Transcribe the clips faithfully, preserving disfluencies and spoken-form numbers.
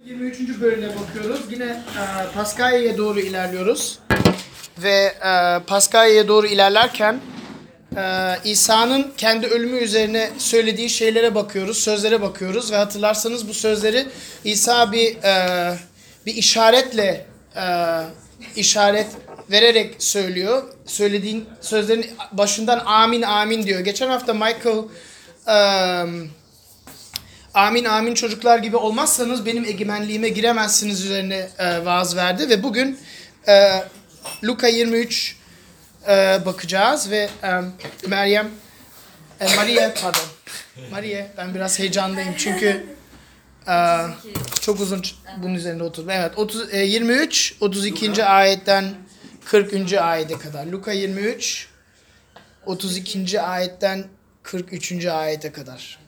yirmi üçüncü bölüme bakıyoruz. Yine e, Paskalya'ya doğru ilerliyoruz. Ve e, Paskalya'ya doğru ilerlerken e, İsa'nın kendi ölümü üzerine söylediği şeylere bakıyoruz, sözlere bakıyoruz. Ve hatırlarsanız bu sözleri İsa bir e, bir işaretle e, işaret vererek söylüyor. Söylediğin sözlerin başından amin amin diyor. Geçen hafta Michael e, amin amin çocuklar gibi olmazsanız benim egemenliğime giremezsiniz üzerine e, vaaz verdi. Ve bugün e, Luka yirmi üç e, bakacağız ve e, Meryem, e, Maria pardon. Maria, ben biraz heyecanlıyım çünkü e, çok uzun bunun üzerinde oturdum. Evet, otuz, e, yirmi üç, otuz ikinci ayetten kırkıncı ayete kadar. Luka yirmi üç, otuz ikinci ayetten kırk üçüncü ayete kadar.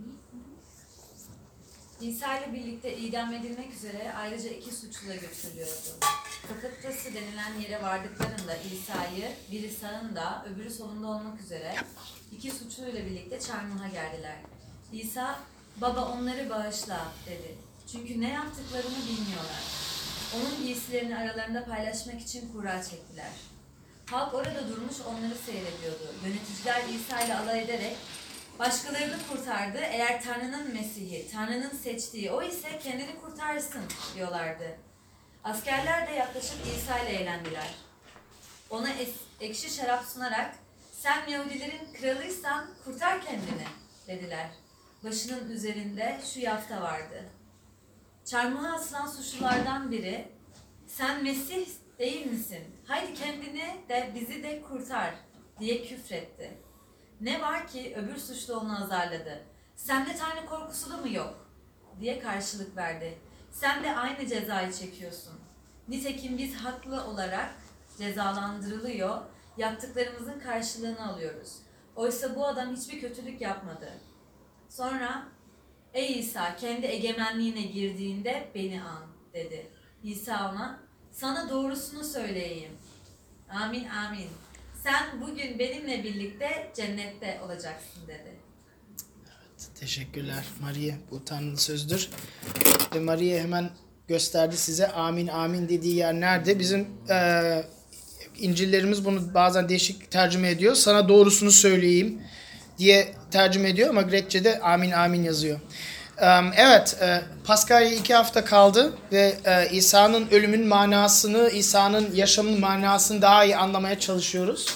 İsa ile birlikte idam edilmek üzere ayrıca iki suçlu da götürülüyordu. Kapıtası denilen yere vardıklarında İsa'yı biri sağında öbürü solunda olmak üzere iki suçluyla birlikte çarmıha gerdiler. İsa, "Baba onları bağışla," dedi. Çünkü ne yaptıklarını bilmiyorlar. Onun giysilerini aralarında paylaşmak için kura çektiler. Halk orada durmuş onları seyrediyordu. Yöneticiler İsa ile alay ederek, "Başkalarını kurtardı, eğer Tanrı'nın Mesih'i, Tanrı'nın seçtiği o ise kendini kurtarsın," diyorlardı. Askerler de yaklaşıp İsa ile eğlendiler. Ona es- ekşi şarap sunarak, "Sen Yahudilerin kralıysan kurtar kendini," dediler. Başının üzerinde şu yafta vardı: "Çarmıha asılan suçlulardan biri, sen Mesih değil misin? Haydi kendini de bizi de kurtar," diye küfretti. Ne var ki öbür suçlu onu azarladı. "Sende Tanrı korkusu da mı yok?" diye karşılık verdi. "Sen de aynı cezayı çekiyorsun. Nitekim biz haklı olarak cezalandırılıyor, yaptıklarımızın karşılığını alıyoruz. Oysa bu adam hiçbir kötülük yapmadı." Sonra, "Ey İsa, kendi egemenliğine girdiğinde beni an," dedi. İsa ona, "Sana doğrusunu söyleyeyim. Amin amin. Sen bugün benimle birlikte cennette olacaksın," dedi. Evet, teşekkürler Maria. Bu Tanrı'nın sözdür. Ve Maria hemen gösterdi size amin amin dediği yer nerede? Bizim e, İncillerimiz bunu bazen değişik tercüme ediyor. "Sana doğrusunu söyleyeyim," diye tercüme ediyor ama Grekçe'de amin amin yazıyor. Evet, Paskalya iki hafta kaldı ve İsa'nın ölümün manasını, İsa'nın yaşamın manasını daha iyi anlamaya çalışıyoruz.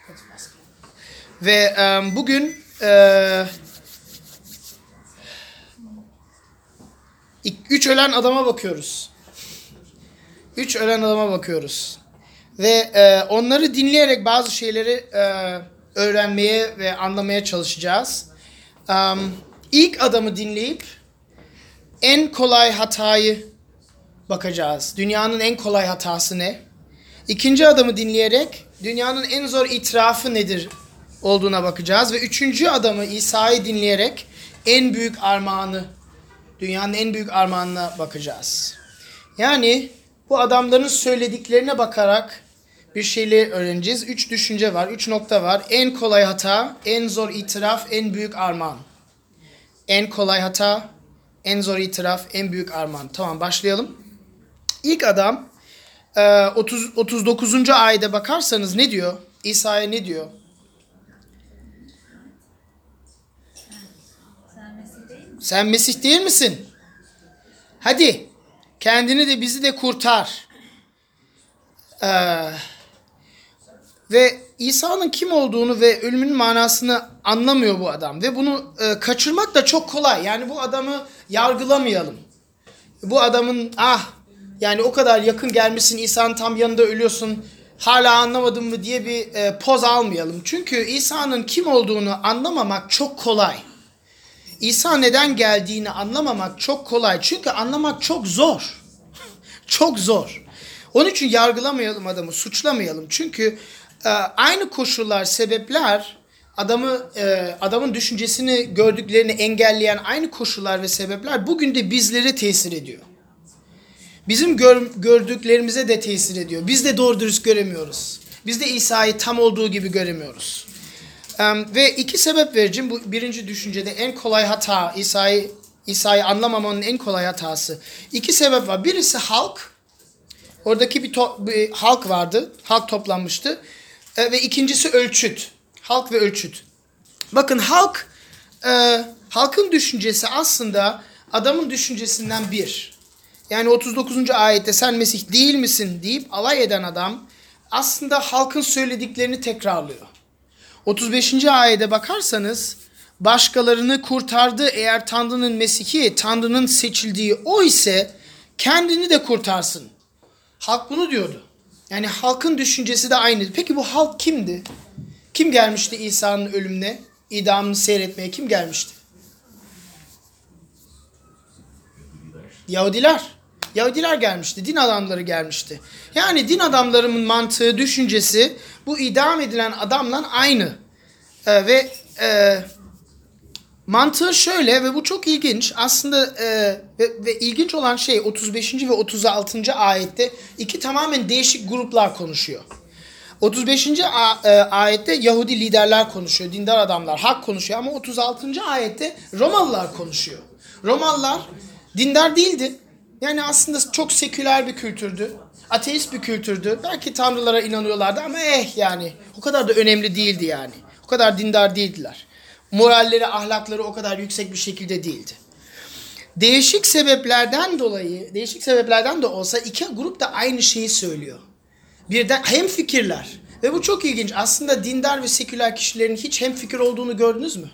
Ve bugün üç ölen adama bakıyoruz. Üç ölen adama bakıyoruz. Ve onları dinleyerek bazı şeyleri öğrenmeye ve anlamaya çalışacağız. İlk adamı dinleyip en kolay hatayı bakacağız. Dünyanın en kolay hatası ne? İkinci adamı dinleyerek dünyanın en zor itirafı nedir olduğuna bakacağız. Ve üçüncü adamı İsa'yı dinleyerek en büyük armağanı, dünyanın en büyük armağanına bakacağız. Yani bu adamların söylediklerine bakarak bir şeyleri öğreneceğiz. Üç düşünce var, üç nokta var. En kolay hata, en zor itiraf, en büyük armağan. En kolay hata, en zor itiraf, en büyük armağan. Tamam, başlayalım. İlk adam otuz, otuz dokuzuncu ayete bakarsanız ne diyor? İsa'ya ne diyor? Sen Mesih değil misin? Sen Mesih değil misin? Hadi kendini de bizi de kurtar. Ee, ve İsa'nın kim olduğunu ve ölümün manasını anlamıyor bu adam. Ve bunu e, kaçırmak da çok kolay. Yani bu adamı yargılamayalım. Bu adamın ah yani o kadar yakın gelmişsin, İsa'nın tam yanında ölüyorsun, hala anlamadın mı diye bir e, poz almayalım. Çünkü İsa'nın kim olduğunu anlamamak çok kolay. İsa neden geldiğini anlamamak çok kolay. Çünkü anlamak çok zor. Çok zor. Onun için yargılamayalım adamı, suçlamayalım. Çünkü e, aynı koşullar, sebepler, adamı e, adamın düşüncesini gördüklerini engelleyen aynı koşullar ve sebepler bugün de bizlere tesir ediyor. Bizim gör, gördüklerimize de tesir ediyor. Biz de doğru dürüst göremiyoruz. Biz de İsa'yı tam olduğu gibi göremiyoruz. E, ve iki sebep vereceğim. Bu birinci düşüncede en kolay hata, İsa'yı İsa'yı anlamamanın en kolay hatası. İki sebep var. Birisi halk. Oradaki bir, to- bir halk vardı. Halk toplanmıştı. E, ve ikincisi ölçüt. Halk ve ölçüt. Bakın halk, e, halkın düşüncesi aslında adamın düşüncesinden bir. Yani otuz dokuzuncu ayette sen Mesih değil misin deyip alay eden adam aslında halkın söylediklerini tekrarlıyor. otuz beşinci ayete bakarsanız başkalarını kurtardı eğer Tanrı'nın Mesih'i, Tanrı'nın seçildiği o ise kendini de kurtarsın. Halk bunu diyordu. Yani halkın düşüncesi de aynı. Peki bu halk kimdi? Kim gelmişti İsa'nın ölümüne, idamını seyretmeye kim gelmişti? Yahudiler. Yahudiler gelmişti. Din adamları gelmişti. Yani din adamlarının mantığı, düşüncesi bu idam edilen adamla aynı. Ee, ve e, mantığı şöyle ve bu çok ilginç. Aslında e, ve, ve ilginç olan şey otuz beşinci ve otuz altıncı ayette iki tamamen değişik gruplar konuşuyor. otuz beşinci A- e, ayette Yahudi liderler konuşuyor, dindar adamlar, hak konuşuyor ama otuz altıncı ayette Romalılar konuşuyor. Romalılar dindar değildi. Yani aslında çok seküler bir kültürdü. Ateist bir kültürdü. Belki tanrılara inanıyorlardı ama eh yani o kadar da önemli değildi yani. O kadar dindar değildiler. Moralleri, ahlakları o kadar yüksek bir şekilde değildi. Değişik sebeplerden dolayı, değişik sebeplerden de olsa iki grup da aynı şeyi söylüyor. Birden hem fikirler ve bu çok ilginç. Aslında dindar ve seküler kişilerin hiç hem fikir olduğunu gördünüz mü?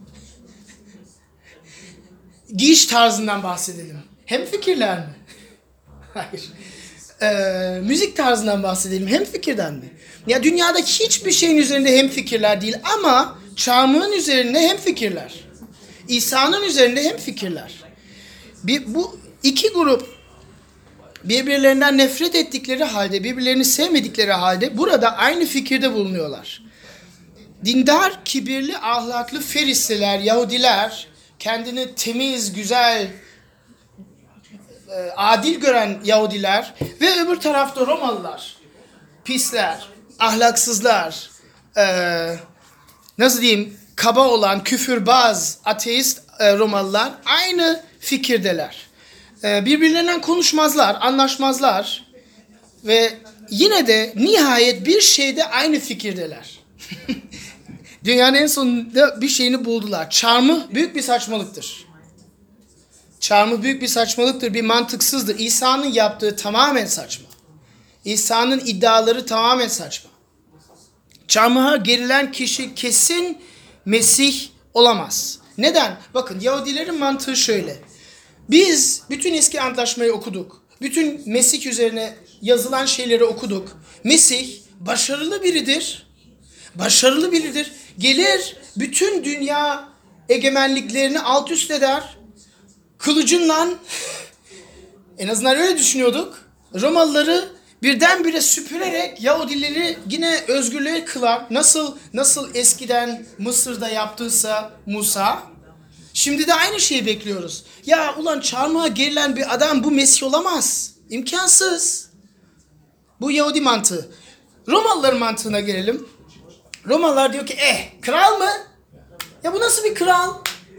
Giyiş tarzından bahsedelim. Hem fikirler mi? Hayır. Ee, müzik tarzından bahsedelim. Hem fikirden mi? Ya dünyada hiçbir şeyin üzerinde hem fikirler değil ama çağımın üzerinde hem fikirler. İsa'nın üzerinde hem fikirler. Bir, bu iki grup birbirlerinden nefret ettikleri halde, birbirlerini sevmedikleri halde burada aynı fikirde bulunuyorlar. Dindar, kibirli, ahlaklı Ferisiler, Yahudiler, kendini temiz, güzel, adil gören Yahudiler ve öbür tarafta Romalılar, pisler, ahlaksızlar, ee, nasıl diyeyim, kaba olan, küfürbaz, ateist e, Romalılar aynı fikirdeler. E, birbirlerinden konuşmazlar, anlaşmazlar ve yine de nihayet bir şeyde aynı fikirdeler. Dünyanın en sonunda bir şeyini buldular. Çarmıh büyük bir saçmalıktır. Çarmıh büyük bir saçmalıktır, bir mantıksızdır. İsa'nın yaptığı tamamen saçma. İsa'nın iddiaları tamamen saçma. Çarmıha gerilen kişi kesin Mesih olamaz. Neden? Bakın Yahudilerin mantığı şöyle. Biz bütün eski antlaşmayı okuduk. Bütün Mesih üzerine yazılan şeyleri okuduk. Mesih başarılı biridir. Başarılı biridir. Gelir bütün dünya egemenliklerini alt üst eder. Kılıcınla en azından öyle düşünüyorduk. Romalıları birdenbire süpürerek Yahudileri yine özgürlüğe kılar. Nasıl nasıl eskiden Mısır'da yaptıysa Musa. Şimdi de aynı şeyi bekliyoruz. Ya ulan çarmıha gerilen bir adam bu Mesih olamaz. İmkansız. Bu Yahudi mantığı. Romalıların mantığına gelelim. Romalılar diyor ki eh kral mı? Ya bu nasıl bir kral?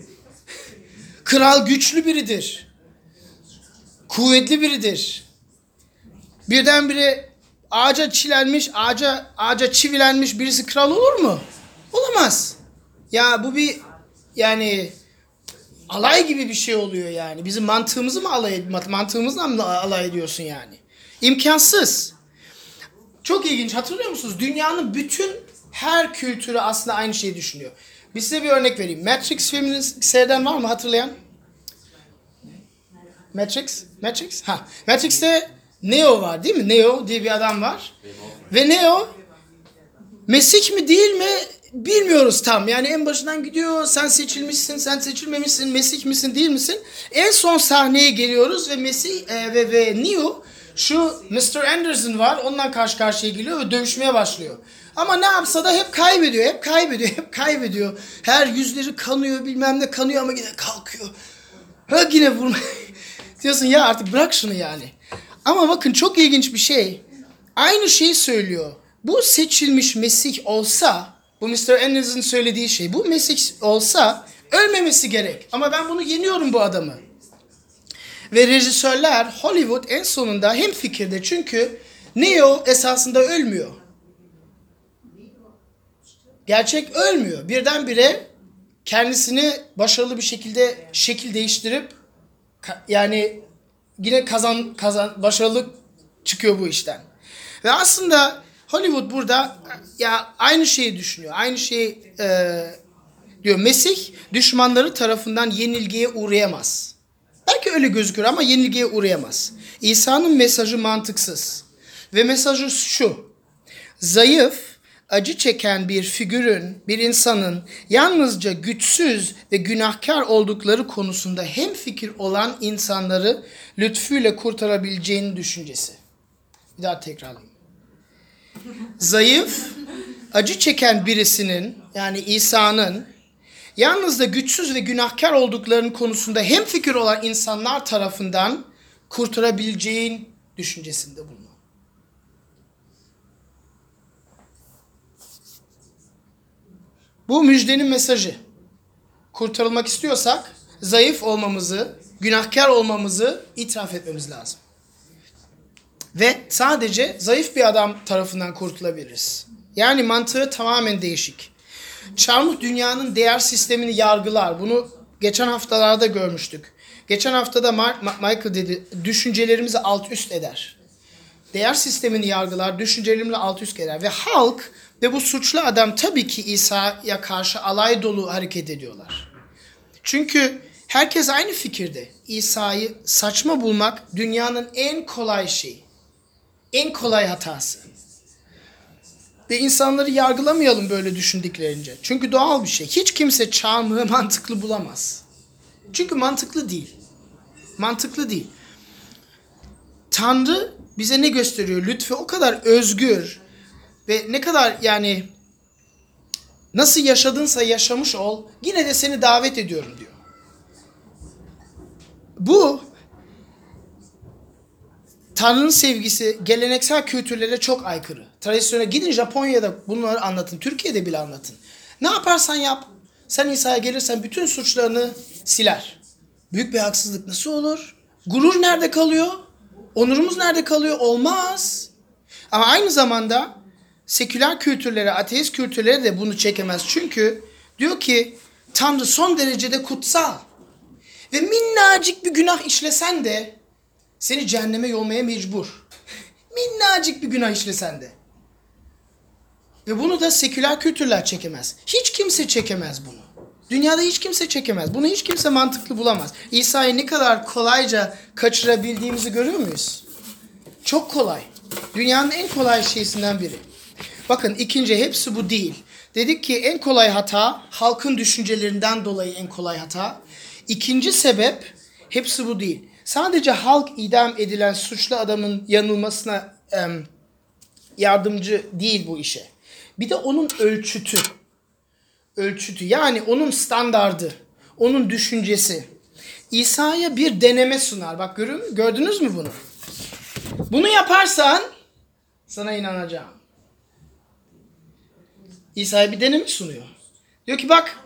Kral güçlü biridir. Kuvvetli biridir. Birdenbire ağaca çilenmiş, ağaca ağaca çivilenmiş birisi kral olur mu? Olamaz. Ya bu bir yani alay gibi bir şey oluyor yani. Bizim mantığımızı mı alay mantığımızla mı alay ediyorsun yani? İmkansız. Çok ilginç. Hatırlıyor musunuz? Dünyanın bütün her kültürü aslında aynı şeyi düşünüyor. Bir size bir örnek vereyim. Matrix filmini seyreden var mı hatırlayan? Matrix? Matrix? Ha. Matrix'te Neo var değil mi? Neo diye bir adam var. Ve Neo Mesih mi değil mi bilmiyoruz tam. Yani en başından gidiyor. Sen seçilmişsin, sen seçilmemişsin, Mesih misin değil misin? En son sahneye geliyoruz ve Mesih e, ve, ve Neo şu mister Anderson var. Ondan karşı karşıya geliyor ve dövüşmeye başlıyor. Ama ne yapsa da hep kaybediyor, hep kaybediyor, hep kaybediyor. Her yüzleri kanıyor, bilmem ne kanıyor ama yine kalkıyor. Ha yine vurma. Diyorsun ya artık bırak şunu yani. Ama bakın çok ilginç bir şey. Aynı şeyi söylüyor. Bu seçilmiş Mesih olsa, bu mister Anderson'ın söylediği şey, bu Mesih olsa Ölmemesi gerek. Ama ben bunu yeniyorum bu adamı. Ve rejisörler Hollywood en sonunda hemfikirde. Çünkü Neo esasında ölmüyor. Gerçek ölmüyor. Birdenbire kendisini başarılı bir şekilde şekil değiştirip yani yine kazan kazan başarılı çıkıyor bu işten. Ve aslında Hollywood burada ya aynı şeyi düşünüyor. Aynı şeyi e, diyor. Mesih düşmanları tarafından yenilgiye uğrayamaz. Belki öyle gözükür ama yenilgiye uğrayamaz. İsa'nın mesajı mantıksız. Ve mesajı şu. Zayıf, acı çeken bir figürün, bir insanın yalnızca güçsüz ve günahkar oldukları konusunda hemfikir olan insanları lütfuyla kurtarabileceğini düşüncesi. Bir daha tekrarlayayım. Zayıf, acı çeken birisinin yani İsa'nın yalnızca güçsüz ve günahkar olduklarının konusunda hemfikir olan insanlar tarafından kurtarabileceğin düşüncesinde bulunuyor. Bu müjdenin mesajı. Kurtarılmak istiyorsak zayıf olmamızı, günahkar olmamızı itiraf etmemiz lazım. Ve sadece zayıf bir adam tarafından kurtulabiliriz. Yani mantığı tamamen değişik. Çarmıh dünyanın değer sistemini yargılar. Bunu geçen haftalarda görmüştük. Geçen haftada Michael dedi, düşüncelerimizi alt üst eder. Değer sistemini yargılar, düşüncelerimizi alt üst eder. Ve halk ve bu suçlu adam tabii ki İsa'ya karşı alay dolu hareket ediyorlar. Çünkü herkes aynı fikirde. İsa'yı saçma bulmak dünyanın en kolay şeyi. En kolay hatası. Ve insanları yargılamayalım böyle düşündüklerince. Çünkü doğal bir şey. Hiç kimse çarmıhı mantıklı bulamaz. Çünkü mantıklı değil. Mantıklı değil. Tanrı bize ne gösteriyor? Lütfü o kadar özgür ve ne kadar yani nasıl yaşadınsa yaşamış ol, yine de seni davet ediyorum diyor. Bu Tanrı'nın sevgisi geleneksel kültürlere çok aykırı. Tradisyona gidin, Japonya'da bunları anlatın. Türkiye'de bile anlatın. Ne yaparsan yap. Sen İsa'ya gelirsen bütün suçlarını siler. Büyük bir haksızlık nasıl olur? Gurur nerede kalıyor? Onurumuz nerede kalıyor? Olmaz. Ama aynı zamanda seküler kültürlere, ateist kültürlere de bunu çekemez. Çünkü diyor ki Tanrı son derecede kutsal. Ve minnacık bir günah işlesen de seni cehenneme yolmaya mecbur. Minnacık bir günah işlesen de. Ve bunu da seküler kültürler çekemez. Hiç kimse çekemez bunu. Dünyada hiç kimse çekemez. Bunu hiç kimse mantıklı bulamaz. İsa'yı ne kadar kolayca kaçırabildiğimizi görüyor muyuz? Çok kolay. Dünyanın en kolay şeysinden biri. Bakın ikinci hepsi bu değil. Dedik ki en kolay hata halkın düşüncelerinden dolayı en kolay hata. İkinci sebep hepsi bu değil. Sadece halk idam edilen suçlu adamın yanılmasına e, yardımcı değil bu işe. Bir de onun ölçütü. Ölçütü yani onun standardı, onun düşüncesi. İsa'ya bir deneme sunar. Bak görün, gördünüz mü bunu? Bunu yaparsan sana inanacağım. İsa'ya bir deneme sunuyor. Diyor ki bak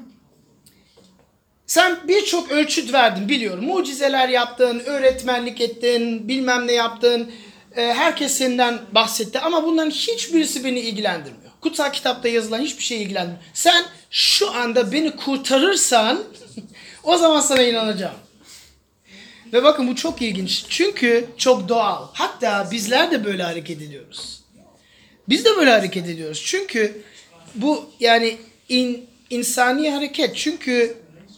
sen birçok ölçüt verdin biliyorum. Mucizeler yaptın, öğretmenlik ettin, bilmem ne yaptın. Herkes senden bahsetti ama bunların hiçbirisi beni ilgilendirmiyor. Kutsal kitapta yazılan hiçbir şey ilgilendirmiyor. Sen şu anda beni kurtarırsan o zaman sana inanacağım. Ve bakın bu çok ilginç. Çünkü çok doğal. Hatta bizler de böyle hareket ediyoruz. Biz de böyle hareket ediyoruz. Çünkü bu yani in, insani hareket. Çünkü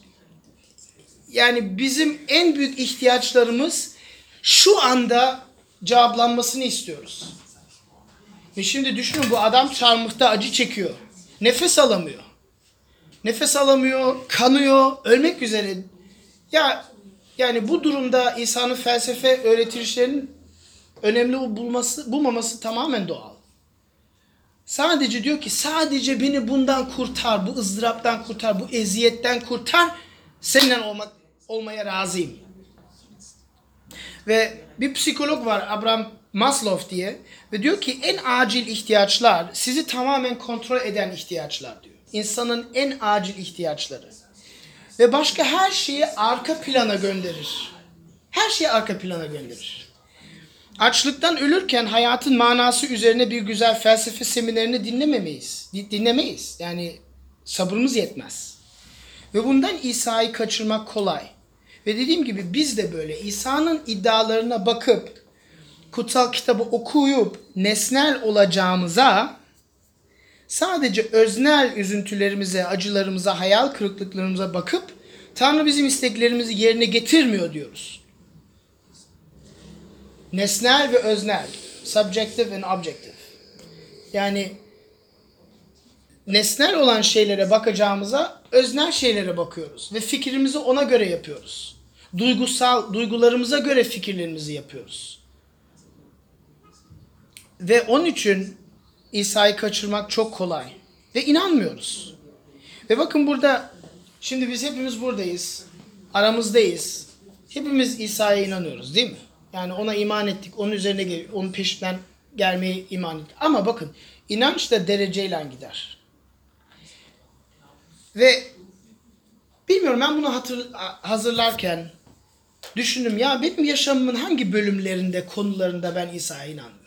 yani bizim en büyük ihtiyaçlarımız şu anda cevaplanmasını istiyoruz. Ve şimdi düşünün bu adam çarmıhta acı çekiyor. Nefes alamıyor. Nefes alamıyor, kanıyor, ölmek üzere. Ya yani bu durumda İsa'nın felsefe öğretişlerinin önemli bulması, bulmaması tamamen doğal. Sadece diyor ki sadece beni bundan kurtar, bu ızdıraptan kurtar, bu eziyetten kurtar. Seninle olmak, olmaya razıyım. Ve bir psikolog var Abraham Maslow diye ve diyor ki en acil ihtiyaçlar sizi tamamen kontrol eden ihtiyaçlar diyor. İnsanın en acil ihtiyaçları. Ve başka her şeyi arka plana gönderir. Her şeyi arka plana gönderir. Açlıktan ölürken hayatın manası üzerine bir güzel felsefe seminerini dinlememeyiz. Dinlemeyiz. Yani sabrımız yetmez. Ve bundan İsa'yı kaçırmak kolay. Ve dediğim gibi biz de böyle İsa'nın iddialarına bakıp kutsal kitabı okuyup nesnel olacağımıza, sadece öznel üzüntülerimize, acılarımıza, hayal kırıklıklarımıza bakıp Tanrı bizim isteklerimizi yerine getirmiyor diyoruz. Nesnel ve öznel. Subjective and objective. Yani nesnel olan şeylere bakacağımıza öznel şeylere bakıyoruz. Ve fikrimizi ona göre yapıyoruz. Duygusal, duygularımıza göre fikirlerimizi yapıyoruz. Ve onun için İsa'yı kaçırmak çok kolay. Ve inanmıyoruz. Ve bakın burada, şimdi biz hepimiz buradayız. Aramızdayız. Hepimiz İsa'ya inanıyoruz değil mi? Yani ona iman ettik. Onun üzerine gel, onun peşinden gelmeyi iman ettik. Ama bakın, inanç da dereceyle gider. Ve bilmiyorum, ben bunu hatır, hazırlarken düşündüm, ya benim yaşamımın hangi bölümlerinde, konularında ben İsa'ya inanmıyorum?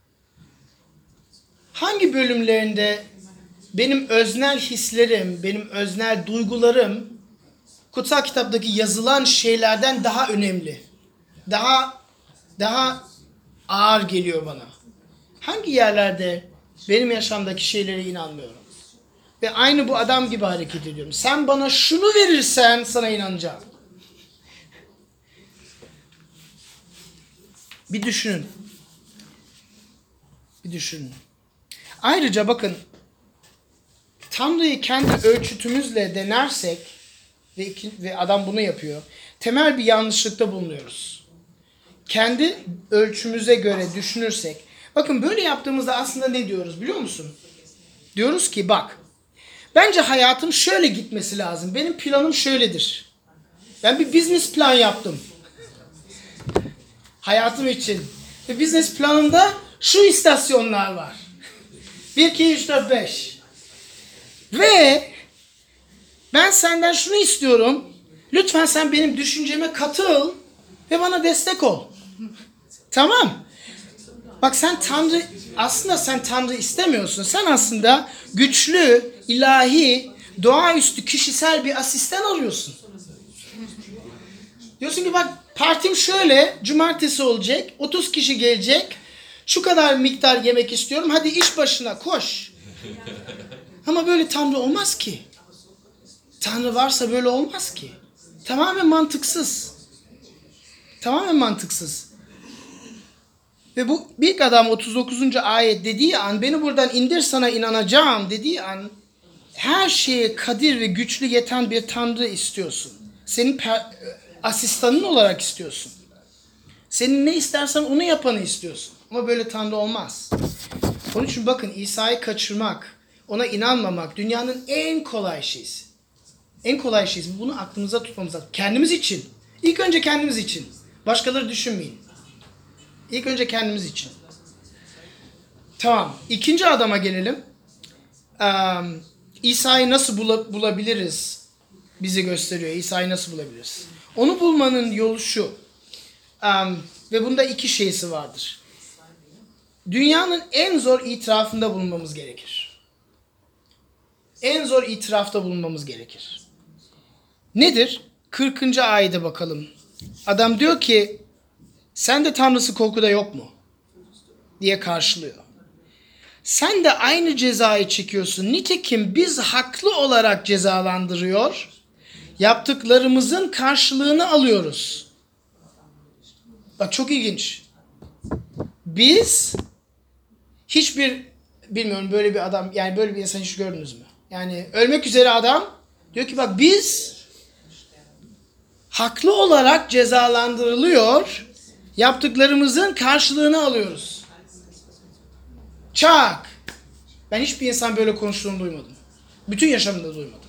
Hangi bölümlerinde benim öznel hislerim, benim öznel duygularım kutsal kitaptaki yazılan şeylerden daha önemli, daha daha ağır geliyor bana? Hangi yerlerde benim yaşamdaki şeylere inanmıyorum? Ve aynı bu adam gibi hareket ediyorum. Sen bana şunu verirsen sana inanacağım. Bir düşünün. Bir düşünün. Ayrıca bakın, Tanrı'yı kendi ölçütümüzle denersek ve, ve adam bunu yapıyor, temel bir yanlışlıkta bulunuyoruz. Kendi ölçümüze göre düşünürsek, bakın böyle yaptığımızda aslında ne diyoruz biliyor musun? Diyoruz ki bak, bence hayatım şöyle gitmesi lazım. Benim planım şöyledir. Ben bir business plan yaptım. Hayatım için. Ve business planımda şu istasyonlar var. bir, iki, üç, dört, beş. Ve ben senden şunu istiyorum. Lütfen sen benim düşünceme katıl ve bana destek ol. Tamam. Bak sen Tanrı, aslında sen Tanrı istemiyorsun. Sen aslında güçlü, ilahi, doğaüstü, kişisel bir asistan arıyorsun. Diyorsun ki bak, partim şöyle, cumartesi olacak, otuz kişi gelecek, şu kadar miktar yemek istiyorum, hadi iş başına koş. Ama böyle Tanrı olmaz ki. Tanrı varsa böyle olmaz ki. Tamamen mantıksız. Tamamen mantıksız. Ve bu büyük adam otuz dokuzuncu ayet dediği an, beni buradan indir sana inanacağım dediği an, her şeye kadir ve güçlü yeten bir Tanrı istiyorsun. Senin per- asistanın olarak istiyorsun. Senin ne istersen onu yapanı istiyorsun. Ama böyle Tanrı olmaz. Onun için bakın, İsa'yı kaçırmak, ona inanmamak dünyanın en kolay şeysi. En kolay şeysi. Bunu aklımıza tutmamız lazım. Kendimiz için. İlk önce kendimiz için. Başkaları düşünmeyin. İlk önce kendimiz için. Tamam. İkinci adama gelelim. Ee, İsa'yı nasıl bula- bulabiliriz? Bize gösteriyor. İsa'yı nasıl bulabiliriz? Onu bulmanın yolu şu. Ee, ve bunda iki şeysi vardır. Dünyanın en zor itirafında bulunmamız gerekir. En zor itirafta bulunmamız gerekir. Nedir? kırkıncı ayete bakalım. Adam diyor ki, sen de Tanrısı korkuda yok mu? Diye karşılıyor. Sen de aynı cezayı çekiyorsun. Nitekim biz haklı olarak cezalandırıyor, yaptıklarımızın karşılığını alıyoruz. Bak çok ilginç. Biz hiçbir, bilmiyorum böyle bir adam, yani böyle bir insan hiç gördünüz mü? Yani ölmek üzere adam diyor ki bak biz haklı olarak cezalandırılıyor, yaptıklarımızın karşılığını alıyoruz. Çak! Ben hiçbir insan böyle konuştuğunu duymadım. Bütün yaşamımda duymadım.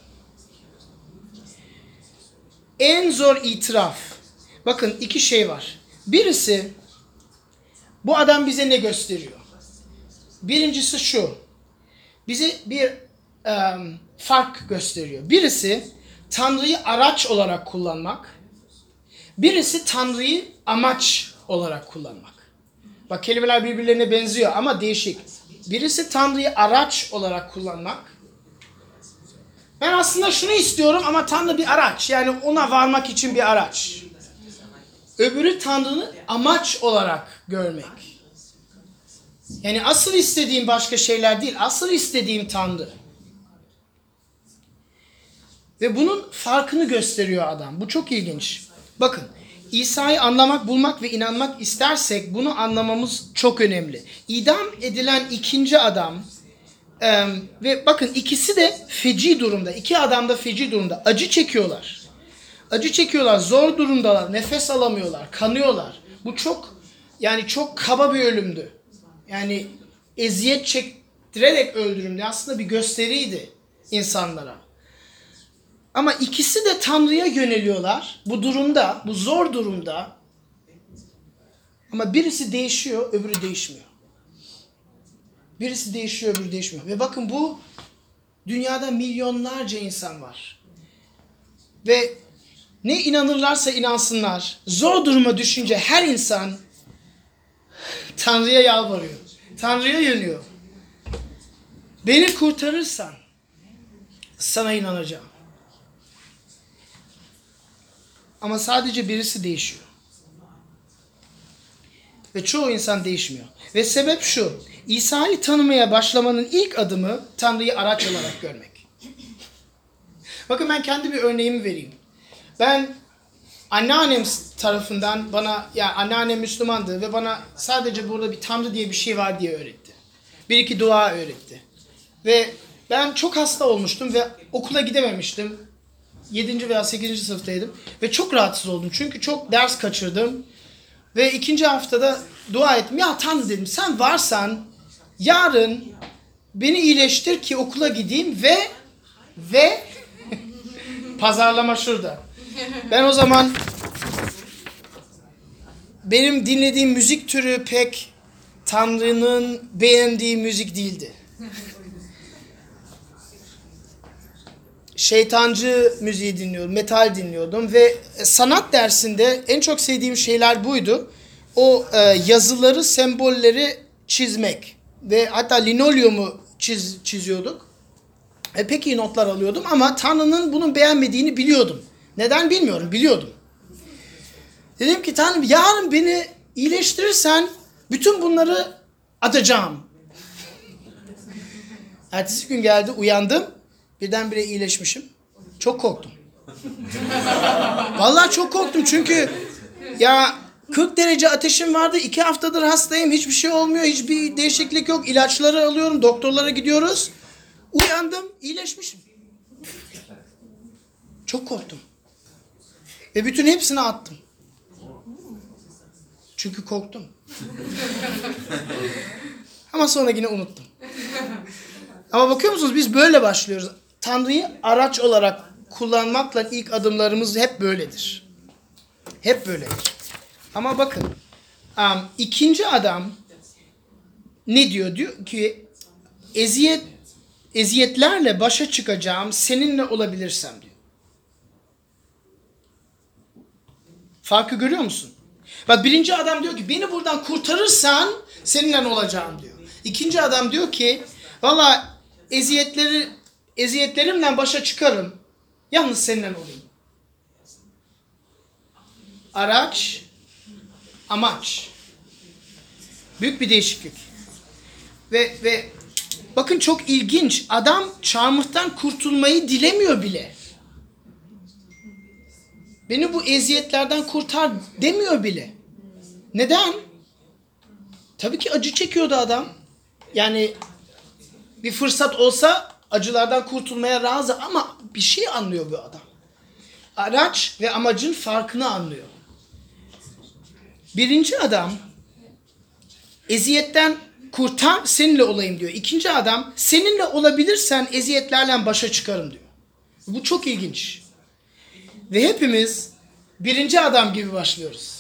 En zor itiraf. Bakın iki şey var. Birisi, bu adam bize ne gösteriyor? Birincisi şu. Bize bir um, fark gösteriyor. Birisi, Tanrı'yı araç olarak kullanmak. Birisi Tanrı'yı amaç olarak kullanmak. Bak kelimeler birbirlerine benziyor ama değişik. Birisi Tanrı'yı araç olarak kullanmak. Ben aslında şunu istiyorum ama Tanrı bir araç. Yani ona varmak için bir araç. Öbürü Tanrı'nı amaç olarak görmek. Yani asıl istediğim başka şeyler değil. Asıl istediğim Tanrı. Ve bunun farkını gösteriyor adam. Bu çok ilginç. Bakın, İsa'yı anlamak, bulmak ve inanmak istersek bunu anlamamız çok önemli. İdam edilen ikinci adam e, ve bakın ikisi de feci durumda. İki adam da feci durumda. Acı çekiyorlar. Acı çekiyorlar, zor durumdalar, nefes alamıyorlar, kanıyorlar. Bu çok yani çok kaba bir ölümdü. Yani eziyet çektirerek öldürümdü. Aslında bir gösteriydi insanlara. Ama ikisi de Tanrı'ya yöneliyorlar. Bu durumda, bu zor durumda. Ama birisi değişiyor, öbürü değişmiyor. Birisi değişiyor, öbürü değişmiyor. Ve bakın bu dünyada milyonlarca insan var. Ve ne inanırlarsa inansınlar, zor duruma düşünce her insan Tanrı'ya yalvarıyor. Tanrı'ya yöneliyor. Beni kurtarırsan sana inanacağım. Ama sadece birisi değişiyor. Ve çoğu insan değişmiyor. Ve sebep şu. İsa'yı tanımaya başlamanın ilk adımı Tanrı'yı araç olarak görmek. Bakın ben kendi bir örneğimi vereyim. Ben anneannem tarafından bana, yani anneannem Müslümandı ve bana sadece burada bir Tanrı diye bir şey var diye öğretti. Bir iki dua öğretti. Ve ben çok hasta olmuştum ve okula gidememiştim. yedinci veya sekizinci sınıftaydım. Ve çok rahatsız oldum. Çünkü çok ders kaçırdım. Ve ikinci haftada dua ettim. Ya Tanrı dedim, sen varsan yarın beni iyileştir ki okula gideyim ve ve pazarlama şurada. Ben o zaman benim dinlediğim müzik türü pek Tanrı'nın beğendiği müzik değildi. Şeytancı müziği dinliyordum, metal dinliyordum ve sanat dersinde en çok sevdiğim şeyler buydu. O e, yazıları, sembolleri çizmek ve hatta linolyumu çiz, çiziyorduk. E, pek iyi notlar alıyordum ama Tanrı'nın bunun beğenmediğini biliyordum. Neden bilmiyorum, biliyordum. Dedim ki Tanrım yarın beni iyileştirirsen bütün bunları atacağım. Ertesi gün geldi, uyandım. Birdenbire iyileşmişim. Çok korktum. Vallahi çok korktum çünkü ya kırk derece ateşim vardı. iki haftadır hastayım. Hiçbir şey olmuyor. Hiçbir değişiklik yok. İlaçları alıyorum. Doktorlara gidiyoruz. Uyandım. İyileşmişim. Çok korktum. Ve bütün hepsini attım. Çünkü korktum. Ama sonra yine unuttum. Ama bakıyor musunuz biz böyle başlıyoruz. Tanrı'yı araç olarak kullanmakla ilk adımlarımız hep böyledir. Hep böyledir. Ama bakın um, ikinci adam ne diyor? Diyor ki eziyet eziyetlerle başa çıkacağım seninle olabilirsem diyor. Farkı görüyor musun? Bak birinci adam diyor ki beni buradan kurtarırsan seninle olacağım diyor. İkinci adam diyor ki valla eziyetleri eziyetlerimle başa çıkarım. Yalnız seninle olayım. Araç, amaç. Büyük bir değişiklik. Ve ve bakın çok ilginç. Adam çarmıhtan kurtulmayı dilemiyor bile. Beni bu eziyetlerden kurtar demiyor bile. Neden? Tabii ki acı çekiyordu adam. Yani bir fırsat olsa acılardan kurtulmaya razı ama bir şey anlıyor bu adam. Araç ve amacın farkını anlıyor. Birinci adam eziyetten kurtar seninle olayım diyor. İkinci adam seninle olabilirsen eziyetlerle başa çıkarım diyor. Bu çok ilginç. Ve hepimiz birinci adam gibi başlıyoruz.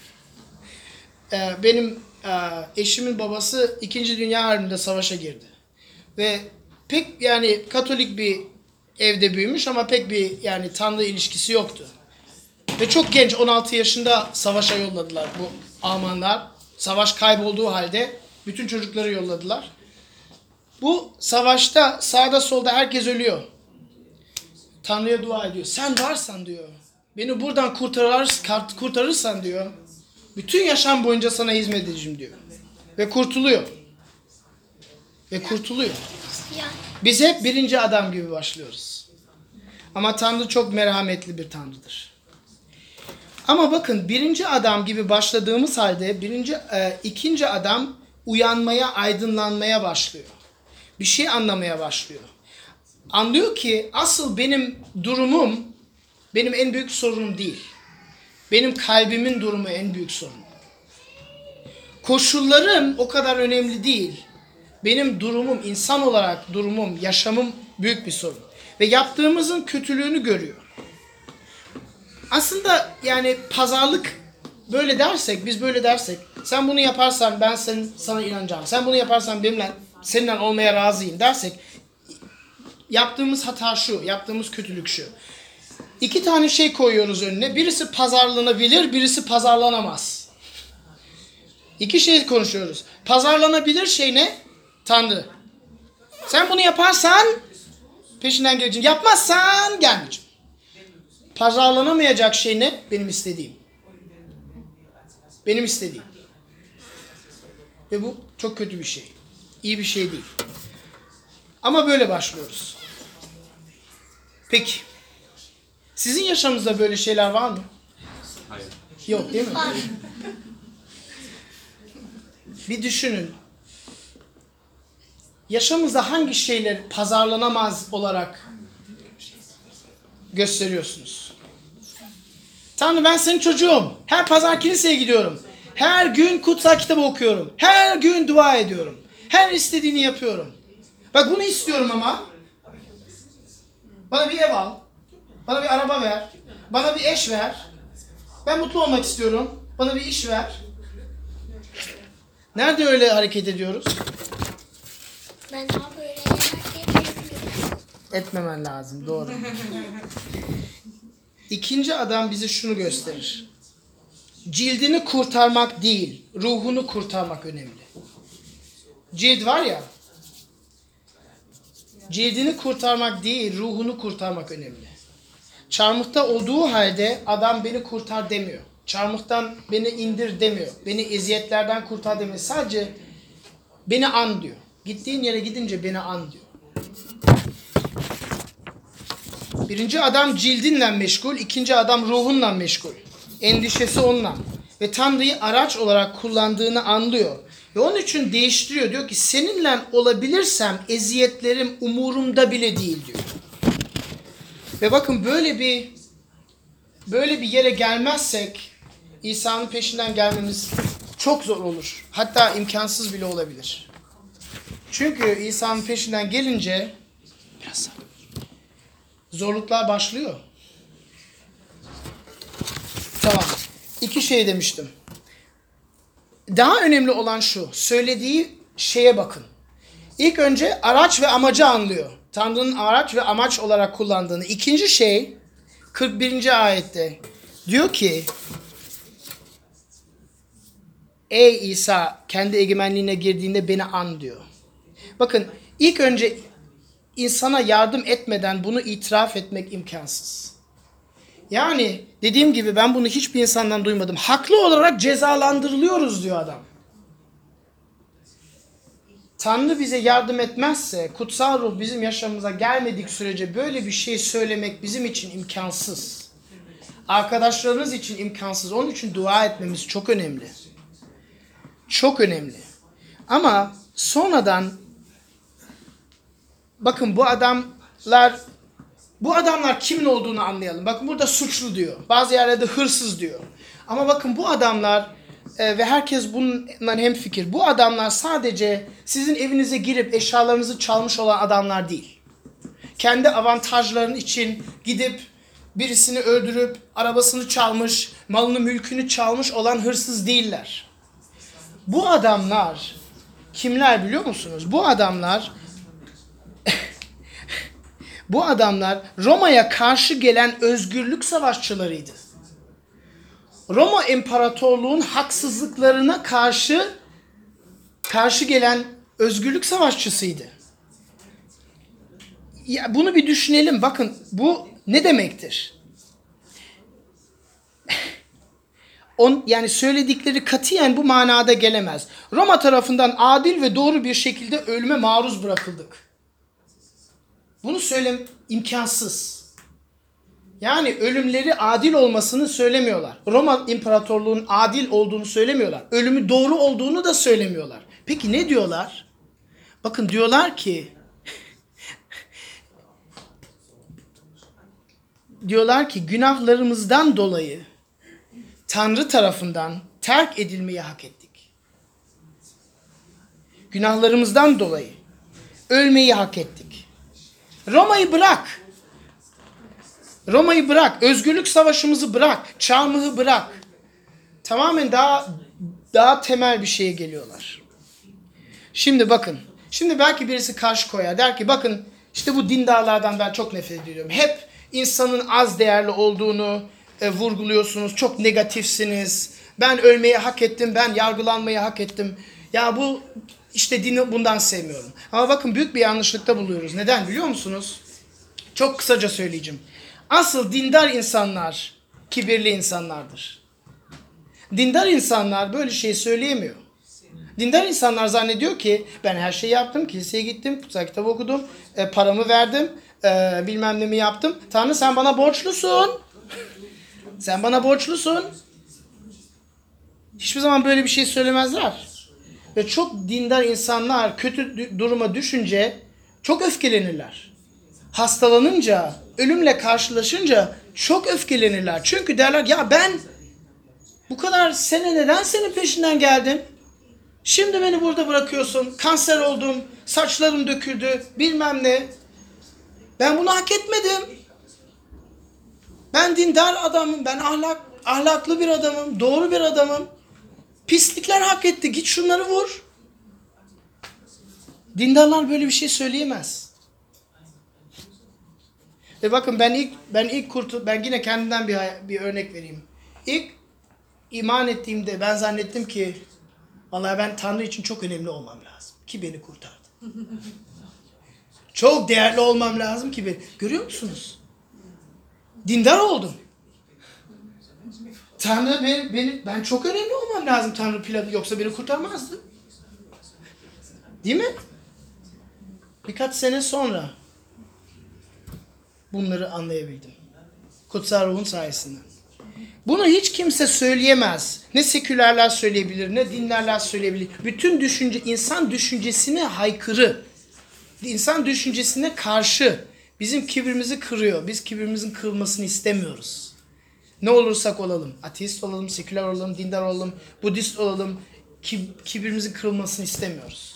Benim eşimin babası İkinci Dünya Harbi'nde savaşa girdi. Ve pek yani Katolik bir evde büyümüş ama pek bir yani Tanrı ilişkisi yoktu. Ve çok genç on altı yaşında savaşa yolladılar bu Almanlar. Savaş kaybolduğu halde bütün çocukları yolladılar. Bu savaşta sağda solda herkes ölüyor. Tanrı'ya dua ediyor. Sen varsan diyor. Beni buradan kurtarır, kurtarırsan diyor. Bütün yaşam boyunca sana hizmet edeceğim diyor. Ve kurtuluyor. Ve kurtuluyor. Biz hep birinci adam gibi başlıyoruz. Ama Tanrı çok merhametli bir Tanrı'dır. Ama bakın birinci adam gibi başladığımız halde birinci, e, ikinci adam uyanmaya, aydınlanmaya başlıyor. Bir şey anlamaya başlıyor. Anlıyor ki asıl benim durumum benim en büyük sorunum değil. Benim kalbimin durumu en büyük sorun. Koşullarım o kadar önemli değil. Benim durumum, insan olarak durumum, yaşamım büyük bir sorun. Ve yaptığımızın kötülüğünü görüyor. Aslında yani pazarlık böyle dersek, biz böyle dersek, sen bunu yaparsan ben senin, sana inanacağım. Sen bunu yaparsan benimle, seninle olmaya razıyım dersek, yaptığımız hata şu, yaptığımız kötülük şu. İki tane şey koyuyoruz önüne. Birisi pazarlanabilir, birisi pazarlanamaz. İki şey konuşuyoruz. Pazarlanabilir şey ne? Tanrı. Sen bunu yaparsan peşinden geleceğim. Yapmazsan gelmeyeceğim. Pazarlanamayacak şey ne? Benim istediğim. Benim istediğim. Ve bu çok kötü bir şey. İyi bir şey değil. Ama böyle başlıyoruz. Peki. Sizin yaşamınızda böyle şeyler var mı? Hayır. Yok değil mi? Bir düşünün. Yaşamınızda hangi şeyler pazarlanamaz olarak gösteriyorsunuz? Tanrı ben senin çocuğum. Her pazar kiliseye gidiyorum. Her gün kutsal kitabı okuyorum. Her gün dua ediyorum. Her istediğini yapıyorum. Bak bunu istiyorum ama. Bana bir ev al. Bana bir araba ver. Bana bir eş ver. Ben mutlu olmak istiyorum. Bana bir iş ver. Nerede öyle hareket ediyoruz? Ben daha böyle hareket yapıyorum. Etmemen lazım. Doğru. İkinci adam bize şunu gösterir. Cildini kurtarmak değil, ruhunu kurtarmak önemli. Cilt var ya, cildini kurtarmak değil, ruhunu kurtarmak önemli. Çarmıhta olduğu halde adam beni kurtar demiyor. Çarmıhtan beni indir demiyor. Beni eziyetlerden kurtar demiyor. Sadece beni an diyor. Gittiğin yere gidince beni an diyor. Birinci adam cildinle meşgul, ikinci adam ruhunla meşgul. Endişesi onunla. Ve Tanrı'yı araç olarak kullandığını anlıyor. Ve onun için değiştiriyor. Diyor ki seninle olabilirsem eziyetlerim umurumda bile değil diyor. Ve bakın böyle bir böyle bir yere gelmezsek İsa'nın peşinden gelmemiz çok zor olur. Hatta imkansız bile olabilir. Çünkü İsa'nın peşinden gelince biraz zorluklar başlıyor. Tamam. İki şey demiştim. Daha önemli olan şu. Söylediği şeye bakın. İlk önce araç ve amacı anlıyor. Tanrı'nın araç ve amaç olarak kullandığını. İkinci şey kırk birinci ayette diyor ki ey İsa kendi egemenliğine girdiğinde beni an diyor. Bakın ilk önce insana yardım etmeden bunu itiraf etmek imkansız. Yani dediğim gibi ben bunu hiçbir insandan duymadım. Haklı olarak cezalandırılıyoruz diyor adam. Tanrı bize yardım etmezse, kutsal ruh bizim yaşamımıza gelmedik sürece böyle bir şey söylemek bizim için imkansız. Arkadaşlarınız için imkansız. Onun için dua etmemiz çok önemli. Çok önemli. Ama sonradan bakın bu adamlar bu adamlar kimin olduğunu anlayalım. Bakın burada suçlu diyor. Bazı yerlerde hırsız diyor. Ama bakın bu adamlar e, ve herkes bununla hemfikir. Bu adamlar sadece sizin evinize girip eşyalarınızı çalmış olan adamlar değil. Kendi avantajların için gidip birisini öldürüp arabasını çalmış, malını mülkünü çalmış olan hırsız değiller. Bu adamlar kimler biliyor musunuz? Bu adamlar Bu adamlar Roma'ya karşı gelen özgürlük savaşçılarıydı. Roma İmparatorluğu'nun haksızlıklarına karşı karşı gelen özgürlük savaşçısıydı. Ya bunu bir düşünelim. Bakın bu ne demektir? On, yani söyledikleri katiyen bu manada gelemez. Roma tarafından adil ve doğru bir şekilde ölüme maruz bırakıldık. Bunu söylem imkansız. Yani ölümleri adil olmasını söylemiyorlar. Roma İmparatorluğu'nun adil olduğunu söylemiyorlar. Ölümü doğru olduğunu da söylemiyorlar. Peki ne diyorlar? Bakın diyorlar ki diyorlar ki günahlarımızdan dolayı Tanrı tarafından terk edilmeyi hak ettik. Günahlarımızdan dolayı ölmeyi hak ettik. Roma'yı bırak. Roma'yı bırak. Özgürlük savaşımızı bırak. Çarmıhı bırak. Tamamen daha daha temel bir şeye geliyorlar. Şimdi bakın. Şimdi belki birisi karşı koyar. Der ki bakın işte bu dindarlardan ben çok nefret ediyorum. Hep insanın az değerli olduğunu e, vurguluyorsunuz. Çok negatifsiniz. Ben ölmeyi hak ettim. Ben yargılanmayı hak ettim. Ya bu işte dini bundan sevmiyorum. Ama bakın büyük bir yanlışlıkta buluyoruz. Neden biliyor musunuz? Çok kısaca söyleyeceğim. Asıl dindar insanlar kibirli insanlardır. Dindar insanlar böyle şey söyleyemiyor. Dindar insanlar zannediyor ki ben her şeyi yaptım, kiliseye gittim, kutsal kitap okudum, e, paramı verdim, e, bilmem ne mi yaptım. Tanrı sen bana borçlusun. Sen bana borçlusun. Hiçbir zaman böyle bir şey söylemezler. Ve çok dindar insanlar kötü duruma düşünce çok öfkelenirler. Hastalanınca, ölümle karşılaşınca çok öfkelenirler. Çünkü derler ya ben bu kadar sene neden senin peşinden geldim? Şimdi beni burada bırakıyorsun. Kanser oldum, saçlarım döküldü, bilmem ne. Ben bunu hak etmedim. Ben dindar adamım, ben ahlak, ahlaklı bir adamım, doğru bir adamım. Pislikler hak etti, git şunları vur. Dindarlar böyle bir şey söyleyemez. Ve bakın ben ilk ben ilk kurtul ben yine kendimden bir bir örnek vereyim. İlk iman ettiğimde ben zannettim ki vallahi ben Tanrı için çok önemli olmam lazım ki beni kurtardı. Çok değerli olmam lazım ki beni. Görüyor musunuz? Dindar oldum. Tanrı beni, beni ben çok önemli olmam lazım Tanrı planı yoksa beni kurtarmazdı. Değil mi? Birkaç sene sonra bunları anlayabildim. Kutsal Ruhun sayesinde. Bunu hiç kimse söyleyemez. Ne sekülerler söyleyebilir, ne dinlerler söyleyebilir. Bütün düşünce, insan düşüncesine haykırı. İnsan düşüncesine karşı. Bizim kibrimizi kırıyor. Biz kibrimizin kırılmasını istemiyoruz. Ne olursak olalım. Ateist olalım, seküler olalım, dindar olalım, Budist olalım. Kibrimizin kırılmasını istemiyoruz.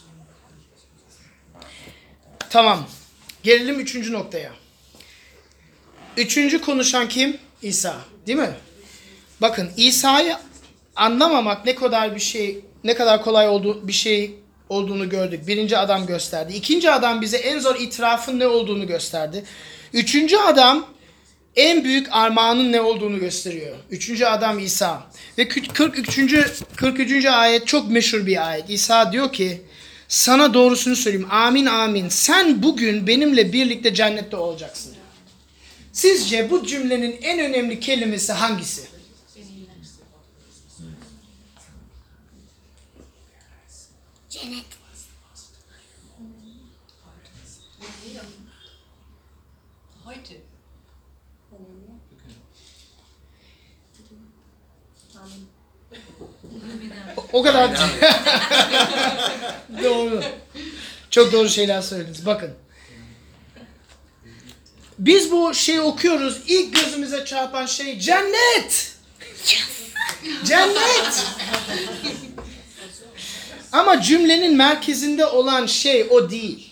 Tamam. Gelelim üçüncü noktaya. Üçüncü konuşan kim? İsa. Değil mi? Bakın İsa'yı anlamamak ne kadar bir şey, ne kadar kolay olduğu bir şey olduğunu gördük. Birinci adam gösterdi. İkinci adam bize en zor itirafın ne olduğunu gösterdi. Üçüncü adam en büyük armağanın ne olduğunu gösteriyor. Üçüncü adam İsa. Ve kırk üçüncü. kırk üçüncü ayet çok meşhur bir ayet. İsa diyor ki sana doğrusunu söyleyeyim. Amin amin. Sen bugün benimle birlikte cennette olacaksın. Sizce bu cümlenin en önemli kelimesi hangisi? Cennet. Heute. O kadar. Doğru. Çok doğru şeyler söylediniz. Bakın. Biz bu şeyi okuyoruz. İlk gözümüze çarpan şey cennet. Cennet. Ama cümlenin merkezinde olan şey o değil.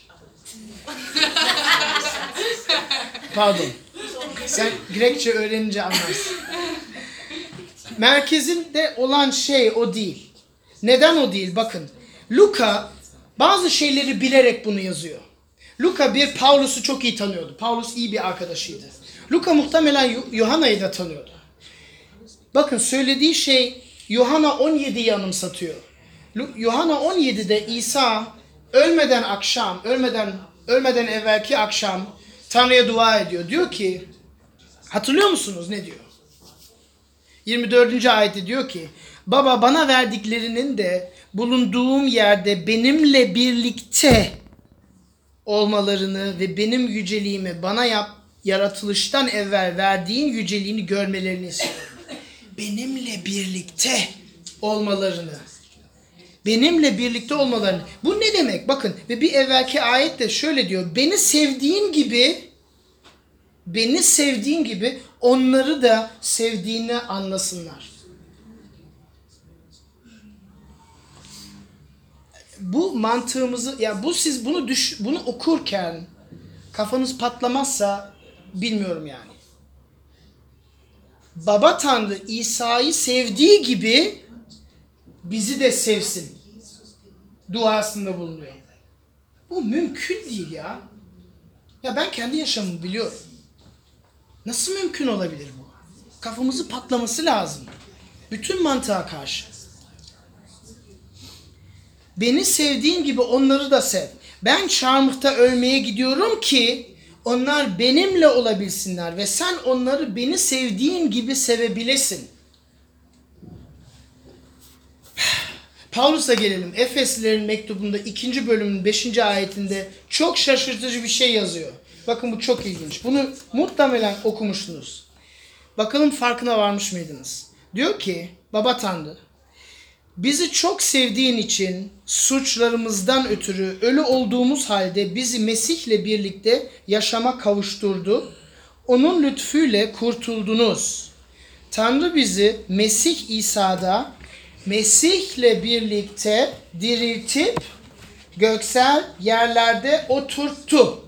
Pardon. Sen Grekçe öğrenince anlarsın. Merkezinde olan şey o değil. Neden o değil? Bakın. Luka bazı şeyleri bilerek bunu yazıyor. Luka bir Paulus'u çok iyi tanıyordu. Paulus iyi bir arkadaşıydı. Luka muhtemelen Yu- Yuhanna'yı da tanıyordu. Bakın söylediği şey Yuhanna on yediyi anımsatıyor. Lu- Yuhanna on yedide İsa ölmeden akşam, ölmeden ölmeden evvelki akşam Tanrı'ya dua ediyor. Diyor ki, hatırlıyor musunuz ne diyor? yirmi dördüncü ayette diyor ki, Baba bana verdiklerinin de bulunduğum yerde benimle birlikte olmalarını ve benim yüceliğimi bana yap, yaratılıştan evvel verdiğin yüceliğini görmelerini istiyorum. Benimle birlikte olmalarını. Benimle birlikte olmalarını. Bu ne demek? Bakın ve bir evvelki ayet de şöyle diyor. Beni sevdiğin gibi beni sevdiğin gibi onları da sevdiğini anlasınlar. Bu mantığımızı ya bu siz bunu düş, bunu okurken kafanız patlamazsa bilmiyorum yani. Baba Tanrı İsa'yı sevdiği gibi bizi de sevsin duasında bulunuyor. Bu mümkün değil ya. Ya ben kendi yaşamımı biliyorum. Nasıl mümkün olabilir bu? Kafamızı patlaması lazım. Bütün mantığa karşı. Beni sevdiğin gibi onları da sev. Ben çarmıhta ölmeye gidiyorum ki onlar benimle olabilsinler ve sen onları beni sevdiğin gibi sevebilesin. Paulus'a gelelim. Efeslilerin mektubunda ikinci bölümün beşinci ayetinde çok şaşırtıcı bir şey yazıyor. Bakın bu çok ilginç. Bunu muhtemelen okumuştunuz. Bakalım farkına varmış mıydınız? Diyor ki Baba Tanrı bizi çok sevdiğin için suçlarımızdan ötürü ölü olduğumuz halde bizi Mesih'le birlikte yaşama kavuşturdu. Onun lütfuyla kurtuldunuz. Tanrı bizi Mesih İsa'da Mesih'le birlikte diriltip göksel yerlerde oturttu.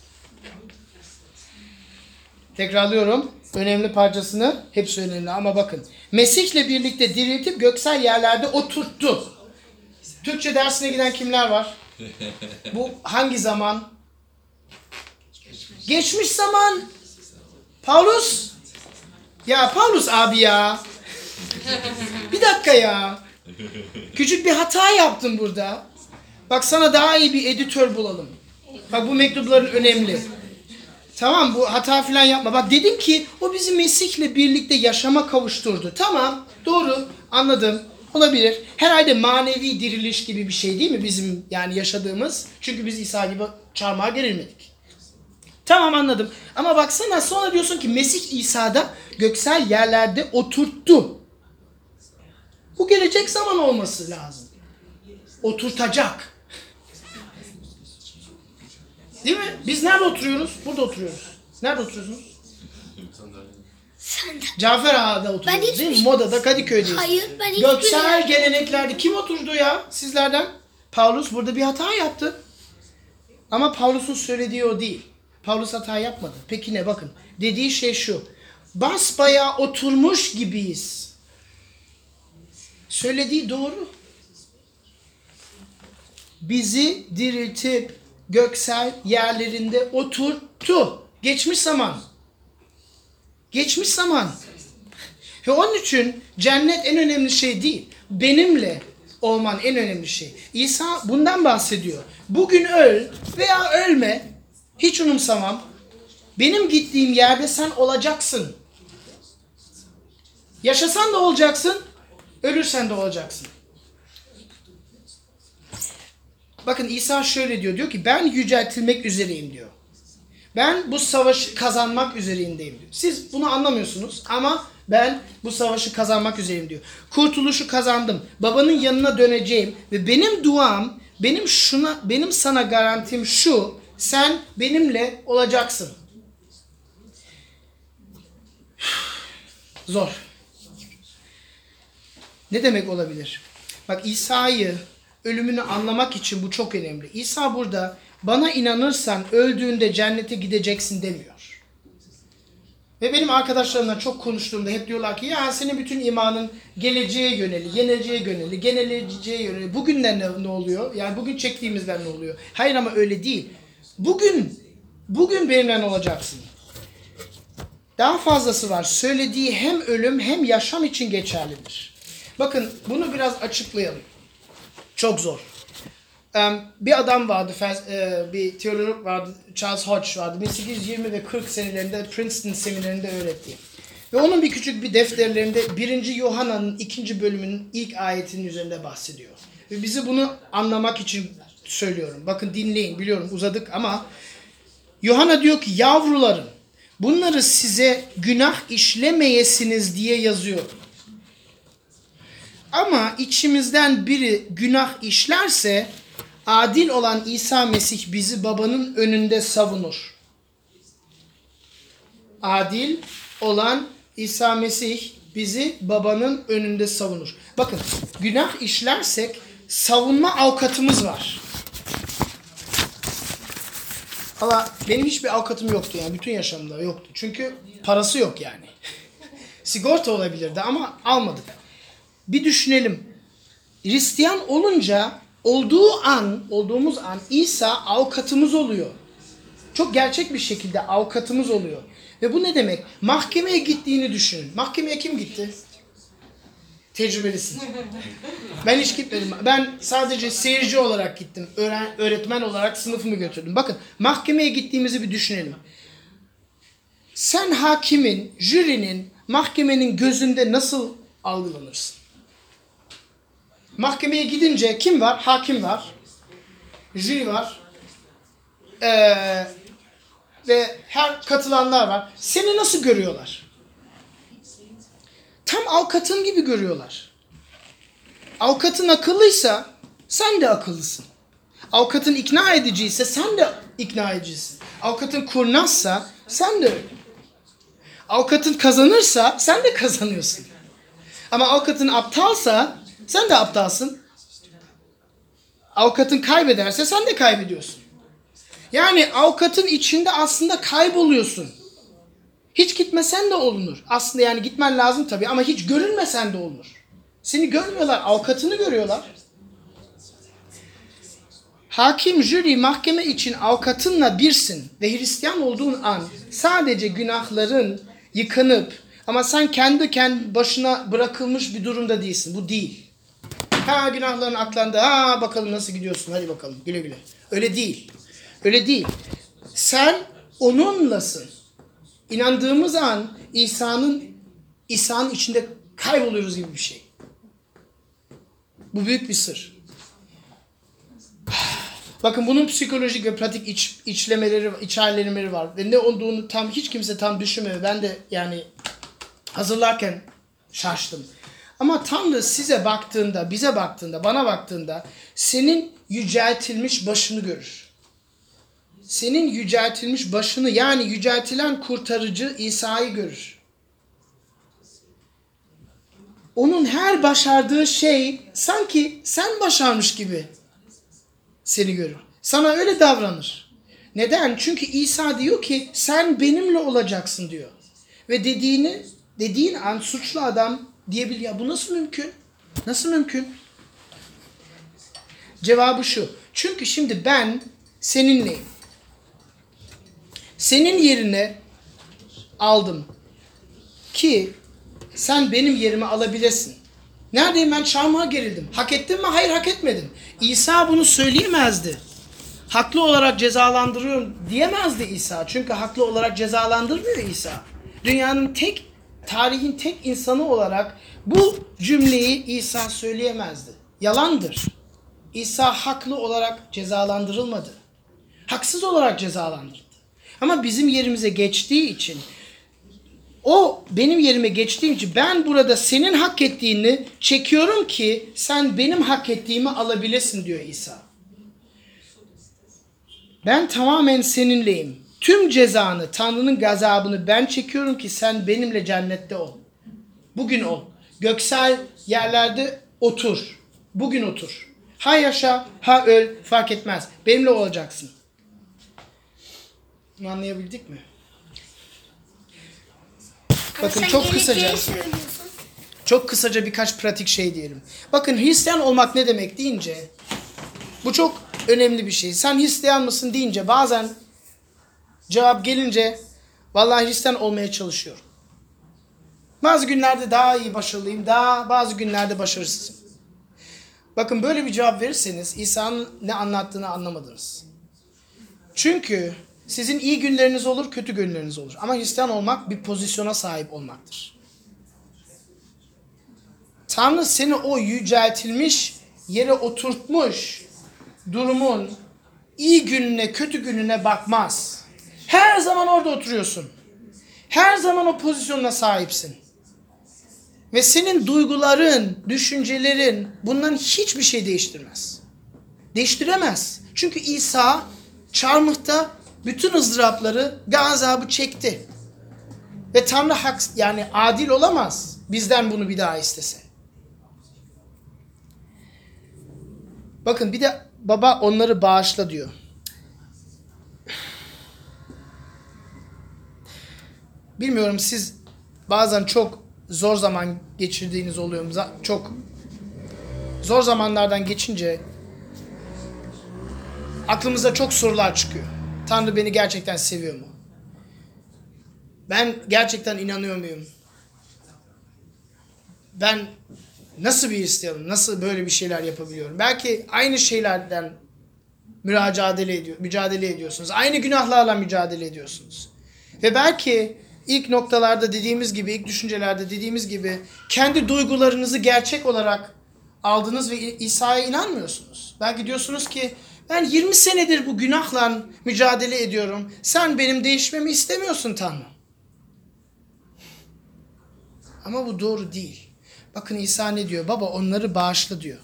Tekrarlıyorum. Önemli parçasını. Hepsi önemli ama bakın. Mesih'le birlikte diriltip göksel yerlerde oturttu. Türkçe dersine giden kimler var? Bu hangi zaman? Geçmiş zaman. Paulus. Ya Paulus abi ya. Bir dakika ya. Küçük bir hata yaptım burada. Bak sana daha iyi bir editör bulalım. Bak bu mektupların önemli. Tamam bu hata falan yapma. Bak dedim ki o bizi Mesih'le birlikte yaşama kavuşturdu. Tamam doğru anladım. Olabilir. Herhalde manevi diriliş gibi bir şey değil mi bizim yani yaşadığımız? Çünkü biz İsa gibi çarmıha gerilmedik. Tamam anladım. Ama baksana sonra diyorsun ki Mesih İsa'da göksel yerlerde oturttu. Bu gelecek zaman olması lazım. Oturtacak. Değil mi? Biz nerede oturuyoruz? Burada oturuyoruz. Nerede oturuyorsunuz? Sen de. Cafer Ağa'da oturuyoruz Ben değil mi? hiçbir- Moda'da Kadıköy'deyiz. Hayır ben hiçbir Göksel yerde- geleneklerde kim oturdu ya sizlerden? Paulus burada bir hata yaptı. Ama Paulus'un söylediği o değil. Paulus hata yapmadı. Peki ne bakın. Dediği şey şu. Basbayağı oturmuş gibiyiz. Söylediği doğru. Bizi diriltip göksel yerlerinde oturttu. Geçmiş zaman. Geçmiş zaman. Ve onun için cennet en önemli şey değil. Benimle olman en önemli şey. İsa bundan bahsediyor. Bugün öl veya ölme. Hiç umursamam. Benim gittiğim yerde sen olacaksın. Yaşasan da olacaksın. Ölürsen de olacaksın. Bakın İsa şöyle diyor. Diyor ki ben yüceltilmek üzereyim diyor. Ben bu savaşı kazanmak üzereyim diyor. Siz bunu anlamıyorsunuz ama ben bu savaşı kazanmak üzereyim diyor. Kurtuluşu kazandım. Babanın yanına döneceğim ve benim duam, benim şuna, benim sana garantim şu. Sen benimle olacaksın. Zor. Ne demek olabilir? Bak İsa'yı ölümünü anlamak için bu çok önemli. İsa burada bana inanırsan öldüğünde cennete gideceksin demiyor. Ve benim arkadaşlarımla çok konuştuğumda hep diyorlar ki ya senin bütün imanın geleceğe yöneli, geleceğe yöneli, geleceğe yöneli. Bugünden ne, ne oluyor? Yani bugün çektiğimizden ne oluyor? Hayır ama öyle değil. Bugün, bugün benimle olacaksın. Daha fazlası var. Söylediği hem ölüm hem yaşam için geçerlidir. Bakın bunu biraz açıklayalım. Çok zor. Bir adam vardı, bir teolog vardı, Charles Hodge vardı. bin sekiz yüz yirmi ve kırk senelerinde Princeton seminerinde öğretti. Ve onun bir küçük bir defterlerinde birinci Yuhanna'nın ikinci bölümünün ilk ayetinin üzerinde bahsediyor. Ve bizi bunu anlamak için söylüyorum. Bakın dinleyin, biliyorum uzadık ama Yuhanna diyor ki yavrularım bunları size günah işlemeyesiniz diye yazıyorum. Ama içimizden biri günah işlerse adil olan İsa Mesih bizi babanın önünde savunur. Adil olan İsa Mesih bizi babanın önünde savunur. Bakın günah işlersek savunma avukatımız var. Ama benim hiçbir avukatım yoktu yani bütün yaşamda yoktu. Çünkü parası yok yani. Sigorta olabilirdi ama almadık. Bir düşünelim. Hristiyan olunca olduğu an, olduğumuz an İsa avukatımız oluyor. Çok gerçek bir şekilde avukatımız oluyor. Ve bu ne demek? Mahkemeye gittiğini düşünün. Mahkemeye kim gitti? Tecrübelisin. Ben hiç gitmedim. Ben sadece seyirci olarak gittim. Öğren, öğretmen olarak sınıfımı götürdüm. Bakın mahkemeye gittiğimizi bir düşünelim. Sen hakimin, jürinin, mahkemenin gözünde nasıl algılanırsın? Mahkemeye gidince kim var? Hakim var. Jüri var. Ee, ve her katılanlar var. Seni nasıl görüyorlar? Tam avukatın gibi görüyorlar. Avukatın akıllıysa sen de akıllısın. Avukatın ikna ediciyse sen de ikna edicisin. Avukatın kurnazsa sen de öyle. Avukatın kazanırsa sen de kazanıyorsun. Ama avukatın aptalsa sen de aptalsın. Avukatın kaybederse sen de kaybediyorsun. Yani avukatın içinde aslında kayboluyorsun. Hiç gitmesen de olunur. Aslında yani gitmen lazım tabii ama hiç görünmesen de olunur. Seni görmüyorlar, avukatını görüyorlar. Hakim, jüri, mahkeme için avukatınla birsin ve Hristiyan olduğun an sadece günahların yıkanıp ama sen kendi kendi başına bırakılmış bir durumda değilsin. Bu değil. Ha günahların aklandı. Ha bakalım nasıl gidiyorsun. Hadi bakalım güle güle. Öyle değil. Öyle değil. Sen onunlasın. İnandığımız an İsa'nın İsa'nın içinde kayboluyoruz gibi bir şey. Bu büyük bir sır. Bakın bunun psikolojik ve pratik iç, içlemeleri, içerlemeleri var. Ve ne olduğunu tam hiç kimse tam düşünmüyor. Ben de yani hazırlarken şaştım. Ama Tanrı size baktığında, bize baktığında, bana baktığında senin yüceltilmiş başını görür. Senin yüceltilmiş başını yani yüceltilen kurtarıcı İsa'yı görür. Onun her başardığı şey sanki sen başarmış gibi seni görür. Sana öyle davranır. Neden? Çünkü İsa diyor ki sen benimle olacaksın diyor. Ve dediğini dediğin an suçlu adam diyebilir ya bu nasıl mümkün? Nasıl mümkün? Cevabı şu. Çünkü şimdi ben seninleyim. Senin yerine aldım ki sen benim yerime alabilirsin. Neredeyim ben? Çarmıha gerildim. Hak ettim mi? Hayır hak etmedim. İsa bunu söyleyemezdi. Haklı olarak cezalandırıyorum diyemezdi İsa. Çünkü haklı olarak cezalandırmıyor İsa. Dünyanın tek, tarihin tek insanı olarak bu cümleyi İsa söyleyemezdi. Yalandır. İsa haklı olarak cezalandırılmadı. Haksız olarak cezalandırıldı. Ama bizim yerimize geçtiği için, o benim yerime geçtiğim için ben burada senin hak ettiğini çekiyorum ki sen benim hak ettiğimi alabilesin diyor İsa. Ben tamamen seninleyim. Tüm cezanı, Tanrı'nın gazabını ben çekiyorum ki sen benimle cennette ol. Bugün ol. Göksel yerlerde otur. Bugün otur. Ha yaşa, ha öl fark etmez. Benimle olacaksın. Bunu anlayabildik mi? Bakın Ama sen çok kısaca, geleceği söylüyorsun. çok kısaca birkaç pratik şey diyelim. Bakın Hristiyan olmak ne demek deyince, bu çok önemli bir şey. Sen Hristiyan mısın deyince bazen cevap gelince vallahi Hristiyan olmaya çalışıyorum. Bazı günlerde daha iyi başarılıyım, daha bazı günlerde başarısızım. Bakın böyle bir cevap verirseniz İsa'nın ne anlattığını anlamadınız. Çünkü sizin iyi günleriniz olur, kötü günleriniz olur. Ama Hristiyan olmak bir pozisyona sahip olmaktır. Tanrı seni o yüceltilmiş yere oturtmuş durumun iyi gününe, kötü gününe bakmaz. Her zaman orada oturuyorsun. Her zaman o pozisyona sahipsin. Ve senin duyguların, düşüncelerin bundan hiçbir şey değiştirmez. Değiştiremez. Çünkü İsa çarmıhta bütün ızdırapları, gazabı çekti. Ve Tanrı hak, yani adil olamaz bizden bunu bir daha istese. Bakın bir de baba onları bağışla diyor. Bilmiyorum siz bazen çok zor zaman geçirdiğiniz oluyor mu? Çok zor zamanlardan geçince aklımıza çok sorular çıkıyor. Tanrı beni gerçekten seviyor mu? Ben gerçekten inanıyor muyum? Ben nasıl bir Hristiyanım? Nasıl böyle bir şeyler yapabiliyorum? Belki aynı şeylerden mücadele ediyor, mücadele ediyorsunuz. Aynı günahlarla mücadele ediyorsunuz. Ve belki ilk noktalarda dediğimiz gibi, ilk düşüncelerde dediğimiz gibi kendi duygularınızı gerçek olarak aldınız ve İsa'ya inanmıyorsunuz. Belki diyorsunuz ki ben yirmi senedir bu günahla mücadele ediyorum. Sen benim değişmemi istemiyorsun Tanrı. Ama bu doğru değil. Bakın İsa ne diyor? Baba onları bağışla diyor.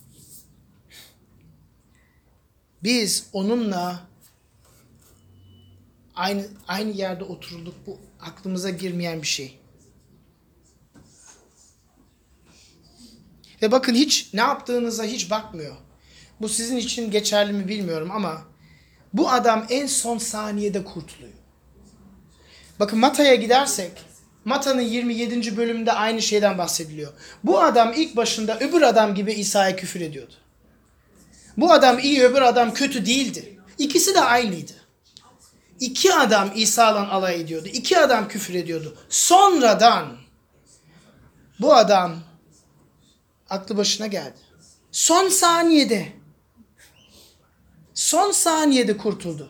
Biz onunla aynı aynı yerde oturulduk. Bu aklımıza girmeyen bir şey. Ve bakın hiç ne yaptığınıza hiç bakmıyor. Bu sizin için geçerli mi bilmiyorum ama bu adam en son saniyede kurtuluyor. Bakın Mata'ya gidersek Mata'nın yirmi yedinci bölümünde aynı şeyden bahsediliyor. Bu adam ilk başında öbür adam gibi İsa'ya küfür ediyordu. Bu adam iyi, öbür adam kötü değildi. İkisi de aynıydı. İki adam İsa'la alay ediyordu. İki adam küfür ediyordu. Sonradan bu adam aklı başına geldi. Son saniyede son saniyede kurtuldu.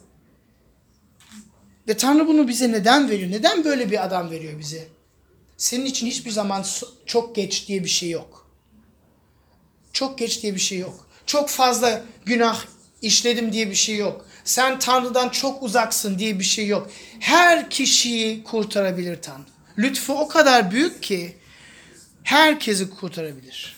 Ve Tanrı bunu bize neden veriyor? Neden böyle bir adam veriyor bize? Senin için hiçbir zaman çok geç diye bir şey yok. Çok geç diye bir şey yok. Çok fazla günah işledim diye bir şey yok. Sen Tanrı'dan çok uzaksın diye bir şey yok. Her kişiyi kurtarabilir Tanrı. Lütfu o kadar büyük ki herkesi kurtarabilir.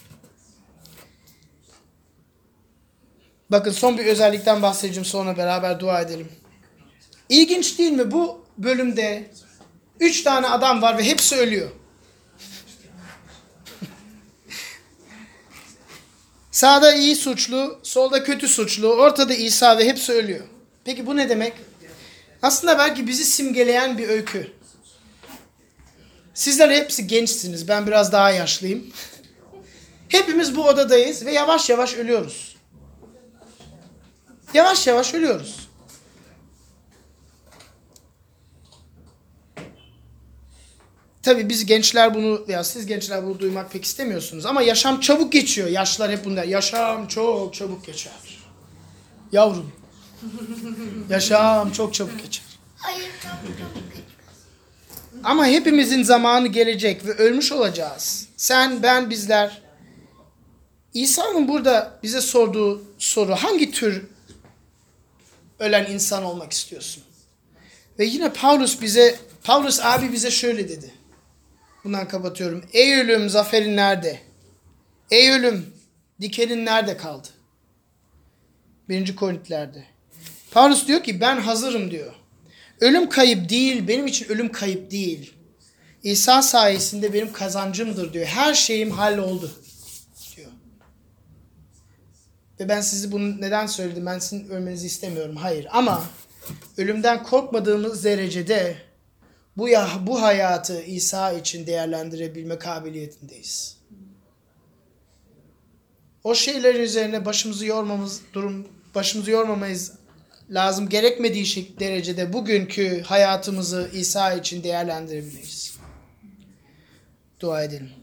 Bakın son bir özellikten bahsedeceğim, sonra beraber dua edelim. İlginç değil mi? Bu bölümde üç tane adam var ve hepsi ölüyor. Sağda iyi suçlu, solda kötü suçlu, ortada İsa ve hepsi ölüyor. Peki bu ne demek? Aslında belki bizi simgeleyen bir öykü. Sizler hepsi gençsiniz. Ben biraz daha yaşlıyım. Hepimiz bu odadayız ve yavaş yavaş ölüyoruz. Yavaş yavaş ölüyoruz. Tabii biz gençler bunu veya siz gençler bunu duymak pek istemiyorsunuz ama yaşam çabuk geçiyor. Yaşlılar hep bunlar. Yaşam çok çabuk geçer. Yavrum. Yaşam çok çabuk geçer. Hayır çabuk çabuk geçmez. Ama hepimizin zamanı gelecek ve ölmüş olacağız. Sen, ben, bizler. İsa'nın burada bize sorduğu soru, hangi tür ölen insan olmak istiyorsun? Ve yine Paulus bize, Paulus abi bize şöyle dedi. Bundan kapatıyorum. Ey ölüm, zaferin nerede? Ey ölüm, dikenin nerede kaldı? Birinci Korintlilerde. Paulus diyor ki ben hazırım diyor. Ölüm kayıp değil, benim için ölüm kayıp değil. İsa sayesinde benim kazancımdır diyor. Her şeyim halloldu diyor. Ve ben sizi bunu neden söyledim? Ben sizin ölmenizi istemiyorum. Hayır ama ölümden korkmadığımız derecede bu ya bu hayatı İsa için değerlendirebilme kabiliyetindeyiz. O şeyler üzerine başımızı yormamız durum başımızı yormamayız lazım gerekmediği şey, derecede bugünkü hayatımızı İsa için değerlendirebiliriz. Dua edelim.